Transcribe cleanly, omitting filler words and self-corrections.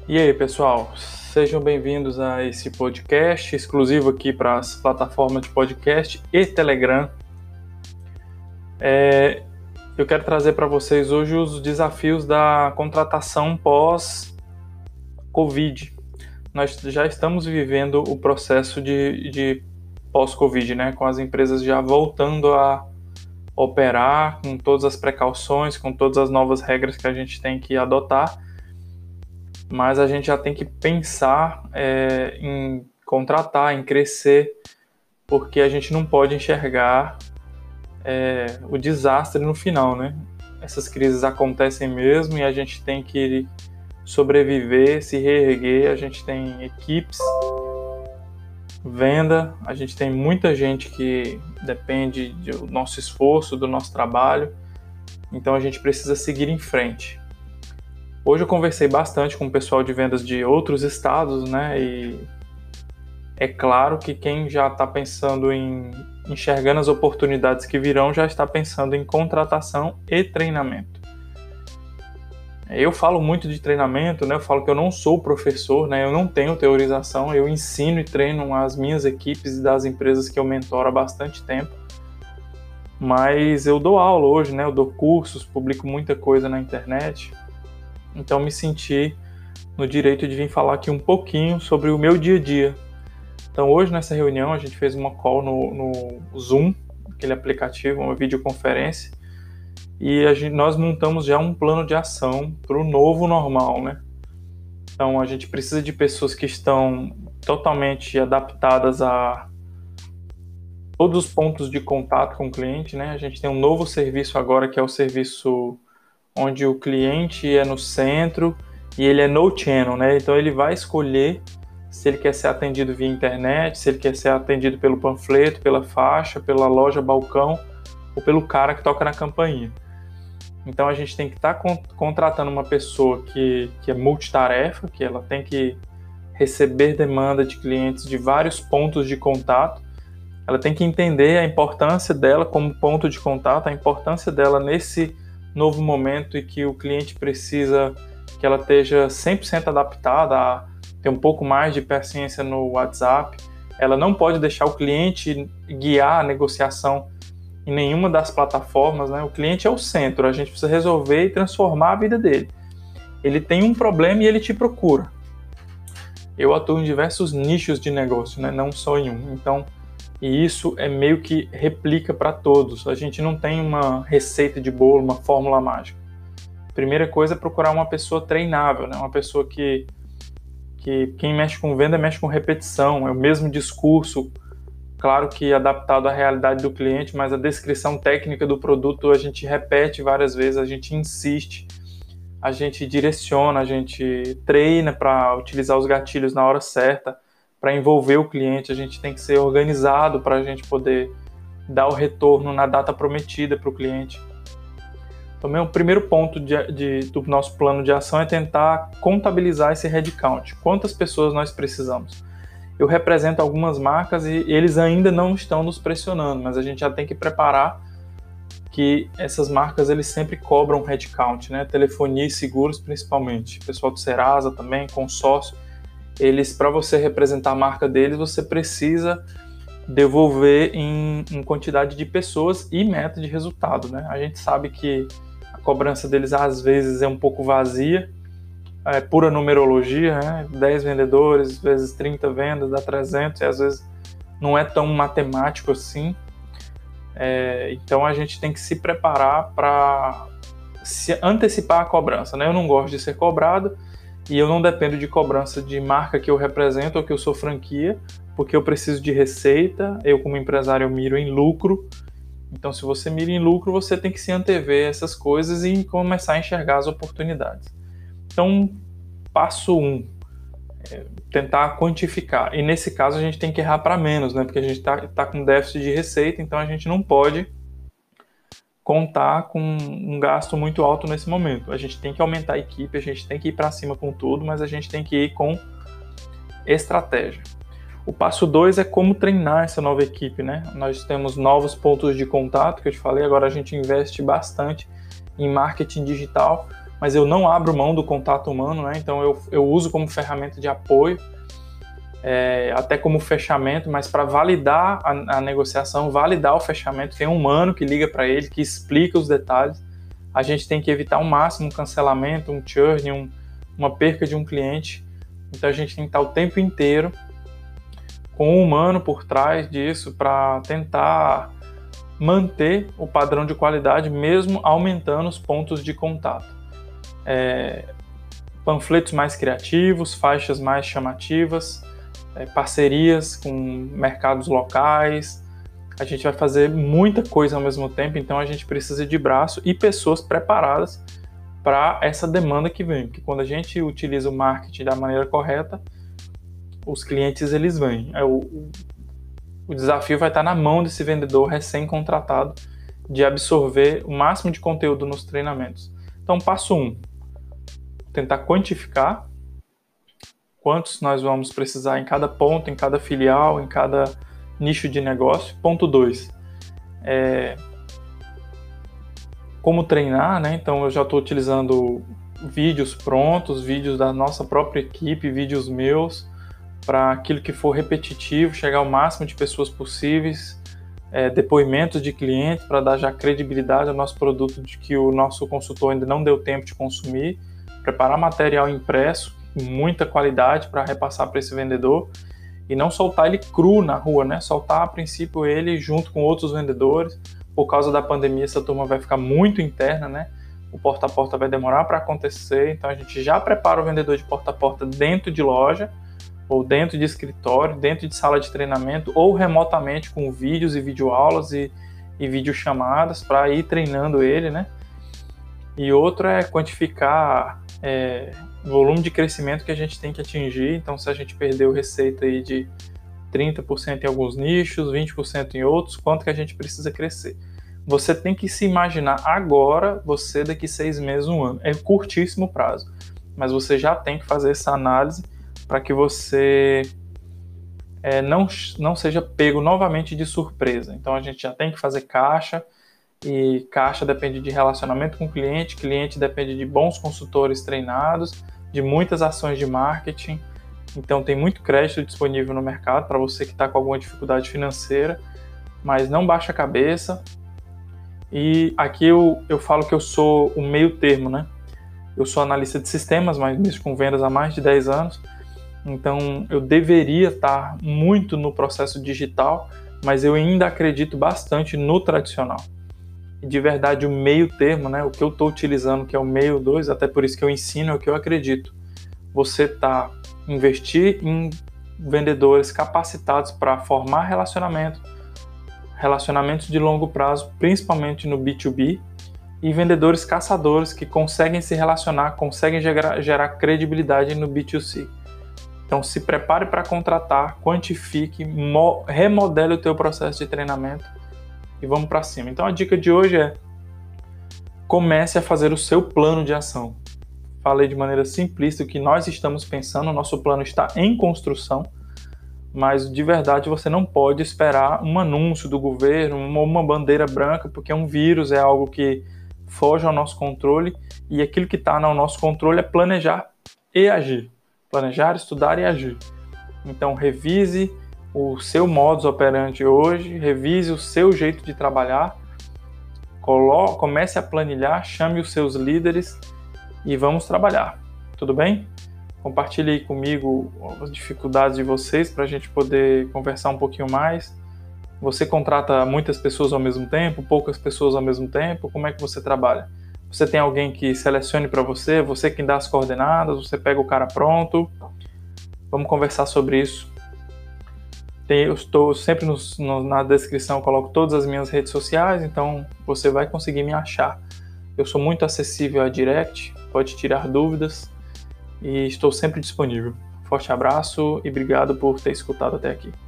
E aí, pessoal, sejam bem-vindos a esse podcast exclusivo aqui para as plataformas de podcast e Telegram. Eu quero trazer para vocês hoje os desafios da contratação pós-Covid. Nós já estamos vivendo o processo de pós-Covid, né? Com as empresas já voltando a operar com todas as precauções, com todas as novas regras que a gente tem que adotar. Mas a gente já tem que pensar em contratar, em crescer, porque a gente não pode enxergar o desastre no final, né? Essas crises acontecem mesmo e a gente tem que sobreviver, se reerguer. A gente tem equipes, venda, a gente tem muita gente que depende do nosso esforço, do nosso trabalho, então a gente precisa seguir em frente. Hoje eu conversei bastante com o pessoal de vendas de outros estados, né? E é claro que quem já está pensando em enxergando as oportunidades que virão já está pensando em contratação e treinamento. Eu falo muito de treinamento, né? Eu falo que eu não sou professor, né? Eu não tenho teorização, eu ensino e treino as minhas equipes das empresas que eu mentoro há bastante tempo. Mas eu dou aula hoje, né? Eu dou cursos, publico muita coisa na internet. Então me senti no direito de vir falar aqui um pouquinho sobre o meu dia a dia. Então hoje nessa reunião a gente fez uma call no Zoom, aquele aplicativo, uma videoconferência, e nós montamos já um plano de ação para o novo normal, né? Então a gente precisa de pessoas que estão totalmente adaptadas a todos os pontos de contato com o cliente, né? A gente tem um novo serviço agora que é o serviço onde o cliente é no centro e ele é no channel, né? Então ele vai escolher se ele quer ser atendido via internet, se ele quer ser atendido pelo panfleto, pela faixa, pela loja balcão ou pelo cara que toca na campainha. Então a gente tem que estar contratando uma pessoa que é multitarefa, que ela tem que receber demanda de clientes de vários pontos de contato. Ela tem que entender a importância dela como ponto de contato, a importância dela nesse novo momento e que o cliente precisa que ela esteja 100% adaptada a ter um pouco mais de paciência no WhatsApp. Ela não pode deixar o cliente guiar a negociação em nenhuma das plataformas, né? O cliente é o centro, a gente precisa resolver e transformar a vida dele. Ele tem um problema e ele te procura. Eu atuo em diversos nichos de negócio, né? Não só em um. Então, e isso é meio que replica para todos. A gente não tem uma receita de bolo, uma fórmula mágica. Primeira coisa é procurar uma pessoa treinável, né? Uma pessoa que quem mexe com venda mexe com repetição, é o mesmo discurso, claro que adaptado à realidade do cliente, mas a descrição técnica do produto a gente repete várias vezes, a gente insiste, a gente direciona, a gente treina para utilizar os gatilhos na hora certa, para envolver o cliente, a gente tem que ser organizado para a gente poder dar o retorno na data prometida para o cliente. Também o primeiro ponto do nosso plano de ação é tentar contabilizar esse headcount. Quantas pessoas nós precisamos? Eu represento algumas marcas e eles ainda não estão nos pressionando, mas a gente já tem que preparar que essas marcas eles sempre cobram headcount, né? Telefonia e seguros principalmente. O pessoal do Serasa também, consórcio. Eles, para você representar a marca deles, você precisa devolver em quantidade de pessoas e meta de resultado, né? A gente sabe que a cobrança deles às vezes é um pouco vazia, é pura numerologia, né? 10 vendedores, vezes 30 vendas, dá 300, e às vezes não é tão matemático assim. Então a gente tem que se preparar para se antecipar a cobrança, né? Eu não gosto de ser cobrado, e eu não dependo de cobrança de marca que eu represento ou que eu sou franquia, porque eu preciso de receita, eu como empresário eu miro em lucro. Então se você mira em lucro, você tem que se antever essas coisas e começar a enxergar as oportunidades. Então, passo 1, tentar quantificar. E nesse caso a gente tem que errar para menos, né? Porque a gente tá com déficit de receita, então a gente não pode contar com um gasto muito alto nesse momento. A gente tem que aumentar a equipe, a gente tem que ir para cima com tudo, mas a gente tem que ir com estratégia. O passo 2 é como treinar essa nova equipe, né? Nós temos novos pontos de contato, que eu te falei, agora a gente investe bastante em marketing digital, mas eu não abro mão do contato humano, né? Então eu uso como ferramenta de apoio, até como fechamento, mas para validar a negociação, validar o fechamento, tem um humano que liga para ele, que explica os detalhes. A gente tem que evitar ao máximo um cancelamento, um churn, uma perca de um cliente. Então a gente tem que estar o tempo inteiro com o humano por trás disso para tentar manter o padrão de qualidade, mesmo aumentando os pontos de contato. Panfletos mais criativos, faixas mais chamativas, parcerias com mercados locais. A gente vai fazer muita coisa ao mesmo tempo, então a gente precisa de braço e pessoas preparadas para essa demanda que vem. Porque quando a gente utiliza o marketing da maneira correta, os clientes eles vêm. O desafio vai estar na mão desse vendedor recém-contratado de absorver o máximo de conteúdo nos treinamentos. Então, passo 1, tentar quantificar quantos nós vamos precisar em cada ponto, em cada filial, em cada nicho de negócio. Ponto 2, como treinar, né? Então eu já estou utilizando vídeos prontos, vídeos da nossa própria equipe, vídeos meus, para aquilo que for repetitivo, chegar ao máximo de pessoas possíveis, depoimentos de clientes para dar já credibilidade ao nosso produto de que o nosso consultor ainda não deu tempo de consumir, preparar material impresso, com muita qualidade para repassar para esse vendedor, e não soltar ele cru na rua, né? Soltar a princípio ele junto com outros vendedores. Por causa da pandemia, essa turma vai ficar muito interna, né? O porta a porta vai demorar para acontecer, então a gente já prepara o vendedor de porta a porta dentro de loja, ou dentro de escritório, dentro de sala de treinamento, ou remotamente com vídeos e videoaulas e videochamadas para ir treinando ele, né? E outro é quantificar volume de crescimento que a gente tem que atingir. Então, se a gente perdeu receita aí de 30% em alguns nichos, 20% em outros, quanto que a gente precisa crescer? Você tem que se imaginar agora, você daqui 6 meses, 1 ano. É curtíssimo prazo, mas você já tem que fazer essa análise para que você não seja pego novamente de surpresa. Então, a gente já tem que fazer caixa, e caixa depende de relacionamento com o cliente, cliente depende de bons consultores treinados, de muitas ações de marketing. Então tem muito crédito disponível no mercado para você que está com alguma dificuldade financeira, mas não baixa a cabeça. E aqui eu falo que eu sou o meio termo, né? Eu sou analista de sistemas, mas mexo com vendas há mais de 10 anos, então eu deveria estar muito no processo digital, mas eu ainda acredito bastante no tradicional. E de verdade o meio termo, né, o que eu estou utilizando, que é o meio 2, até por isso que eu ensino, é o que eu acredito. Você investir em vendedores capacitados para formar relacionamentos de longo prazo, principalmente no B2B, e vendedores caçadores que conseguem se relacionar, conseguem gerar credibilidade no B2C. Então se prepare para contratar, quantifique, remodele o teu processo de treinamento e vamos para cima. Então a dica de hoje é: comece a fazer o seu plano de ação. Falei de maneira simplista o que nós estamos pensando, o nosso plano está em construção, mas de verdade você não pode esperar um anúncio do governo, uma bandeira branca, porque um vírus é algo que foge ao nosso controle, e aquilo que está no nosso controle é planejar e agir. Planejar, estudar e agir. Então revise o seu modus operandi hoje, revise o seu jeito de trabalhar, comece a planilhar, chame os seus líderes e vamos trabalhar, tudo bem? Compartilhe aí comigo as dificuldades de vocês para a gente poder conversar um pouquinho mais. Você contrata muitas pessoas ao mesmo tempo, poucas pessoas ao mesmo tempo? Como é que você trabalha? Você tem alguém que selecione para você? Você quem dá as coordenadas? Você pega o cara pronto? Vamos conversar sobre isso. Eu estou sempre na descrição, coloco todas as minhas redes sociais, então você vai conseguir me achar. Eu sou muito acessível a direct, pode tirar dúvidas e estou sempre disponível. Forte abraço e obrigado por ter escutado até aqui.